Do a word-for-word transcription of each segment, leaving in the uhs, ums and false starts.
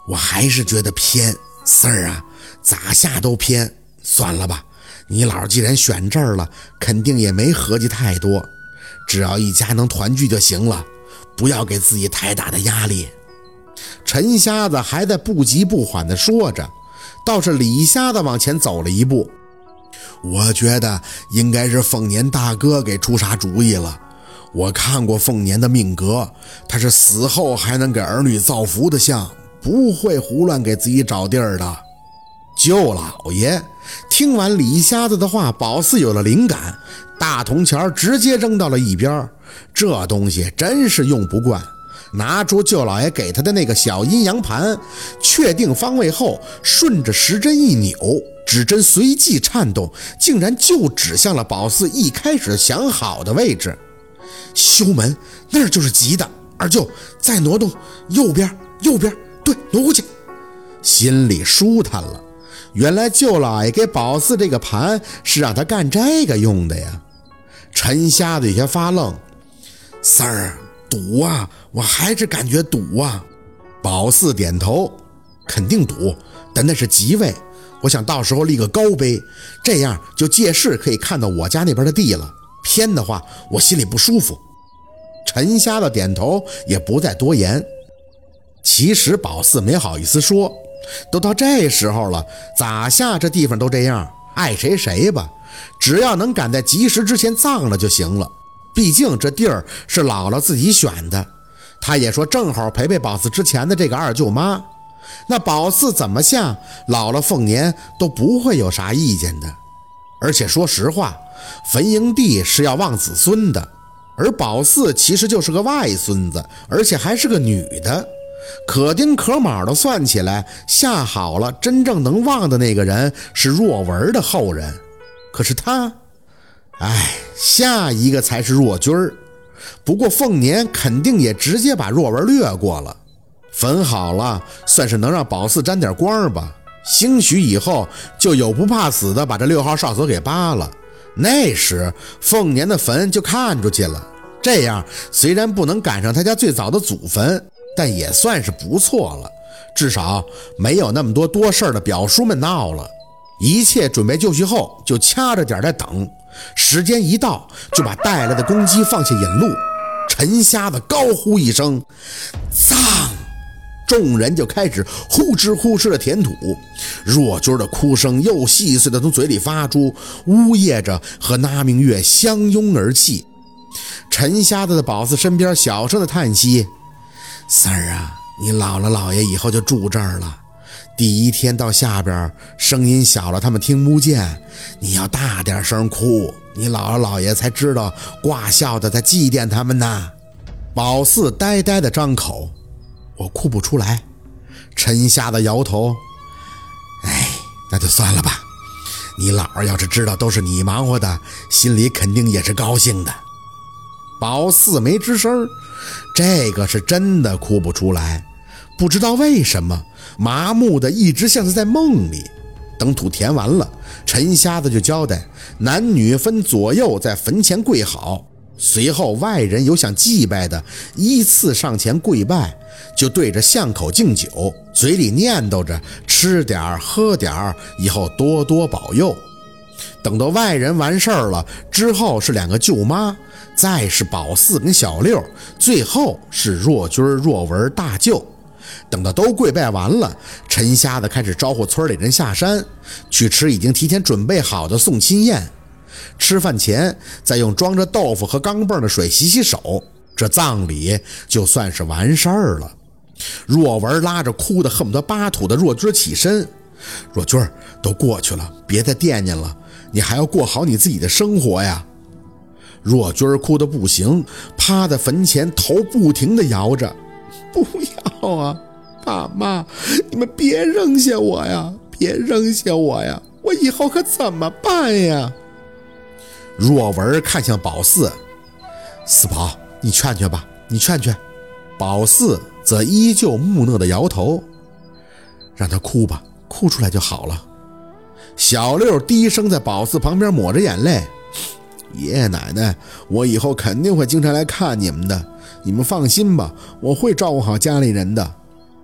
我还是觉得偏，四儿啊，咋下都偏，算了吧，你姥既然选这儿了，肯定也没合计太多，只要一家能团聚就行了，不要给自己太大的压力。陈瞎子还在不急不缓地说着，倒是李瞎子往前走了一步。我觉得应该是凤年大哥给出啥主意了。我看过凤年的命格，他是死后还能给儿女造福的相，不会胡乱给自己找地儿的。舅老爷听完李瞎子的话，宝四有了灵感，大铜钱直接扔到了一边，这东西真是用不惯。拿出舅老爷给他的那个小阴阳盘，确定方位后，顺着时针一扭，指针随即颤动，竟然就指向了宝四一开始想好的位置。修门，那儿就是吉的。二舅，再挪动，右边，右边，对，挪过去。心里舒坦了，原来舅老爷给宝四这个盘是让他干这个用的呀。陈瞎子有些发愣，四儿，赌啊，我还是感觉赌啊。宝四点头，肯定赌，但那是吉位，我想到时候立个高碑，这样就借势可以看到我家那边的地了，偏的话我心里不舒服。陈瞎子点头，也不再多言。其实宝四没好意思说，都到这时候了，咋下这地方都这样，爱谁谁吧，只要能赶在吉时之前葬了就行了。毕竟这地儿是姥姥自己选的，他也说正好陪陪宝四之前的这个二舅妈，那宝四怎么下，姥姥凤年都不会有啥意见的。而且说实话，坟营地是要望子孙的，而宝四其实就是个外孙子，而且还是个女的，可丁可卯的算起来，下好了真正能望的那个人是若文的后人，可是他哎，下一个才是若君儿。不过凤年肯定也直接把若文略过了。坟好了，算是能让宝四沾点光吧，兴许以后就有不怕死的把这六号哨所给扒了，那时凤年的坟就看出去了。这样虽然不能赶上他家最早的祖坟，但也算是不错了，至少没有那么多多事儿的表叔们闹了。一切准备就绪后，就掐着点在等，时间一到，就把带来的公鸡放下引路。陈瞎子高呼一声葬，众人就开始呼哧呼哧的填土，若君的哭声又细碎的从嘴里发出，呜咽着和那明月相拥而泣。陈瞎子的宝四身边小声的叹息，三儿啊，你姥姥姥爷以后就住这儿了，第一天到下边声音小了他们听不见，你要大点声哭，你姥姥姥爷才知道挂孝的在祭奠他们呢。宝四呆呆的张口，我哭不出来。陈瞎子摇头，哎，那就算了吧，你姥儿要是知道都是你忙活的，心里肯定也是高兴的。宝四没吱声，这个是真的哭不出来，不知道为什么麻木的一直像是在梦里。等土填完了，陈瞎子就交代男女分左右在坟前跪好，随后外人有想祭拜的依次上前跪拜，就对着巷口敬酒，嘴里念叨着吃点喝点，以后多多保佑。等到外人完事儿了之后，是两个舅妈，再是宝四跟小六，最后是若君若文大舅。等到都跪拜完了，陈瞎子开始招呼村里人下山去吃已经提前准备好的送亲宴。吃饭前再用装着豆腐和钢镚的水洗洗手，这葬礼就算是完事儿了。若文拉着哭得恨不得扒土的若君起身，若君都过去了，别再惦念了，你还要过好你自己的生活呀。若君哭得不行，趴在坟前头不停地摇着，不要啊，爸妈，你们别扔下我呀，别扔下我呀，我以后可怎么办呀？若文看向宝四，四宝，你劝劝吧，你劝劝。宝四则依旧木讷地摇头，让他哭吧，哭出来就好了。小六低声在宝四旁边抹着眼泪，爷爷奶奶，我以后肯定会经常来看你们的，你们放心吧，我会照顾好家里人的。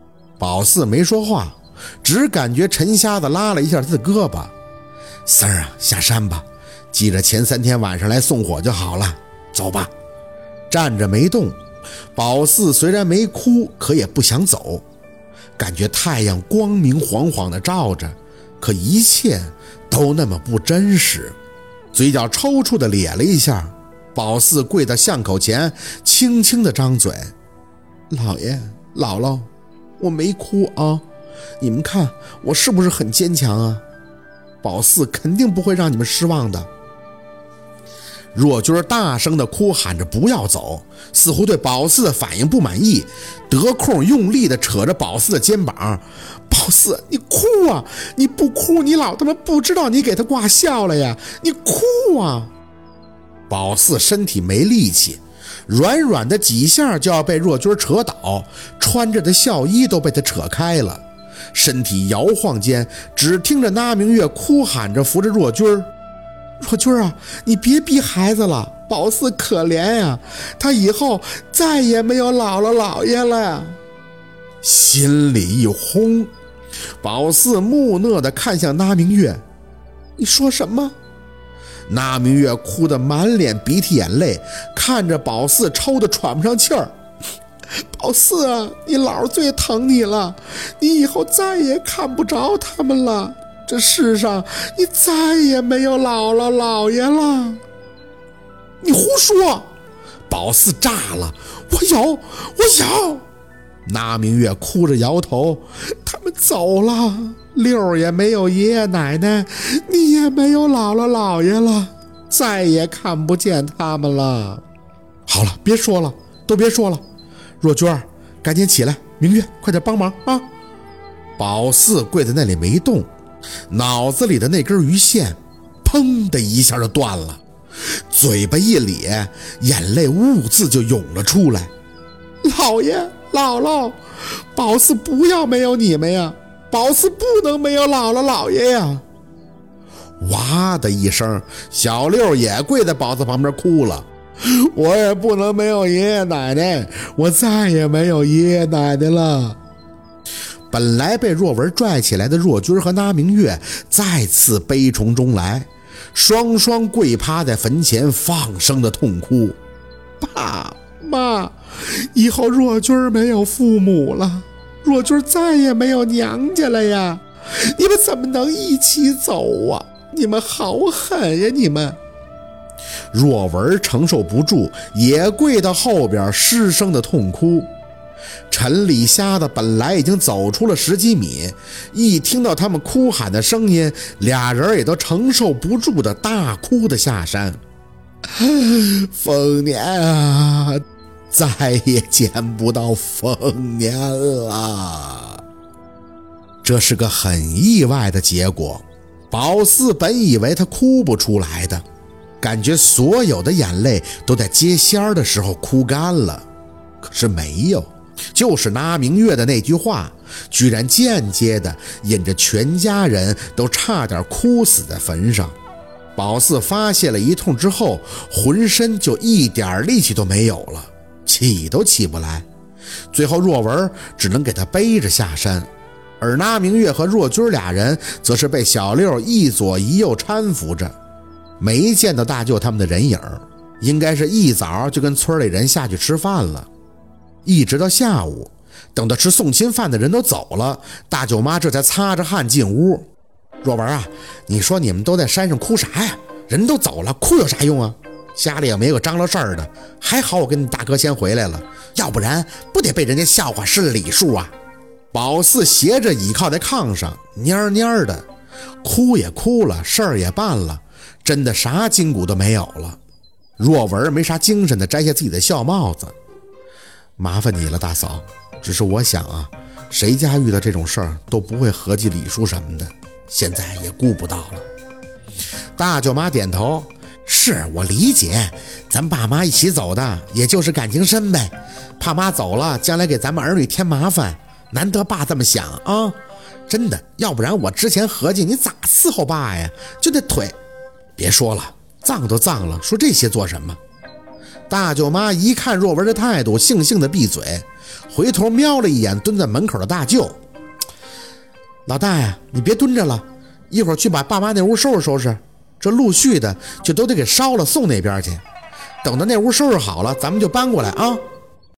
宝四没说话，只感觉陈瞎子拉了一下他的胳膊。四儿啊，下山吧，记着前三天晚上来送火就好了，走吧。站着没动，宝四虽然没哭，可也不想走，感觉太阳光明晃晃的照着，可一切都那么不真实。嘴角抽搐的咧了一下，宝四跪到巷口前，轻轻的张嘴：老爷姥姥，我没哭啊，你们看我是不是很坚强啊？宝四肯定不会让你们失望的。若军大声地哭喊着不要走，似乎对宝四的反应不满意，得空用力地扯着宝四的肩膀：宝四，你哭啊，你不哭你老他妈不知道你给他挂笑了呀，你哭啊。宝四身体没力气，软软的几下就要被若军扯倒，穿着的孝衣都被他扯开了，身体摇晃间，只听着那明月哭喊着扶着若军。若军啊，你别逼孩子了，宝四可怜呀，他以后再也没有姥姥姥爷了呀。心里一轰，宝四木讷地看向那明月：你说什么？那明月哭得满脸鼻涕眼泪，看着宝四抽得喘不上气儿。宝四啊，你姥最疼你了，你以后再也看不着他们了，这世上你再也没有姥姥姥爷了。你胡说！宝四炸了，我有我有。那明月哭着摇头：他们走了，六儿也没有爷爷奶奶，你也没有姥姥姥爷了，再也看不见他们了。好了，别说了，都别说了。若娟，赶紧起来，明月快点帮忙啊！宝四跪在那里没动，脑子里的那根鱼线砰的一下就断了，嘴巴一咧，眼泪兀自就涌了出来。老爷姥姥，宝四不要没有你们呀，宝四不能没有姥姥姥爷呀。哇的一声，小六也跪在宝四旁边哭了。我也不能没有爷爷奶奶，我再也没有爷爷奶奶了。本来被若文拽起来的若军和那明月再次悲从中来，双双跪趴在坟前放声的痛哭。爸妈，以后若军没有父母了，若军再也没有娘家了呀，你们怎么能一起走啊？你们好狠呀你们！若文承受不住，也跪到后边失声的痛哭。陈李瞎子本来已经走出了十几米，一听到他们哭喊的声音，俩人也都承受不住的大哭的下山。丰年啊，再也见不到丰年了。这是个很意外的结果，宝四本以为他哭不出来的，感觉所有的眼泪都在接仙的时候哭干了，可是没有，就是那明月的那句话，居然间接的引着全家人都差点哭死在坟上。宝四发泄了一通之后，浑身就一点力气都没有了，起都起不来。最后若文只能给他背着下山，而那明月和若军俩人则是被小六一左一右搀扶着，没见到大舅他们的人影，应该是一早就跟村里人下去吃饭了。一直到下午，等到吃送亲饭的人都走了，大舅妈这才擦着汗进屋。若文啊，你说你们都在山上哭啥呀？人都走了，哭有啥用啊？家里也没有张罗事儿的，还好我跟你大哥先回来了，要不然不得被人家笑话是礼数啊。宝四斜着倚靠在炕上，蔫蔫的，哭也哭了，事儿也办了，真的啥筋骨都没有了。若文没啥精神的摘下自己的孝帽子：麻烦你了大嫂，只是我想啊，谁家遇到这种事儿都不会合计礼数什么的，现在也顾不到了。大舅妈点头：是我理解，咱爸妈一起走的，也就是感情深呗，怕妈走了将来给咱们儿女添麻烦，难得爸这么想啊，真的，要不然我之前合计你咋伺候爸呀，就那腿。别说了，葬都葬了，说这些做什么？大舅妈一看若文的态度，悻悻的闭嘴，回头瞄了一眼蹲在门口的大舅： 老大呀，你别蹲着了，一会儿去把爸妈那屋收拾收拾，这陆续的就都得给烧了送那边去。等到那屋收拾好了，咱们就搬过来啊。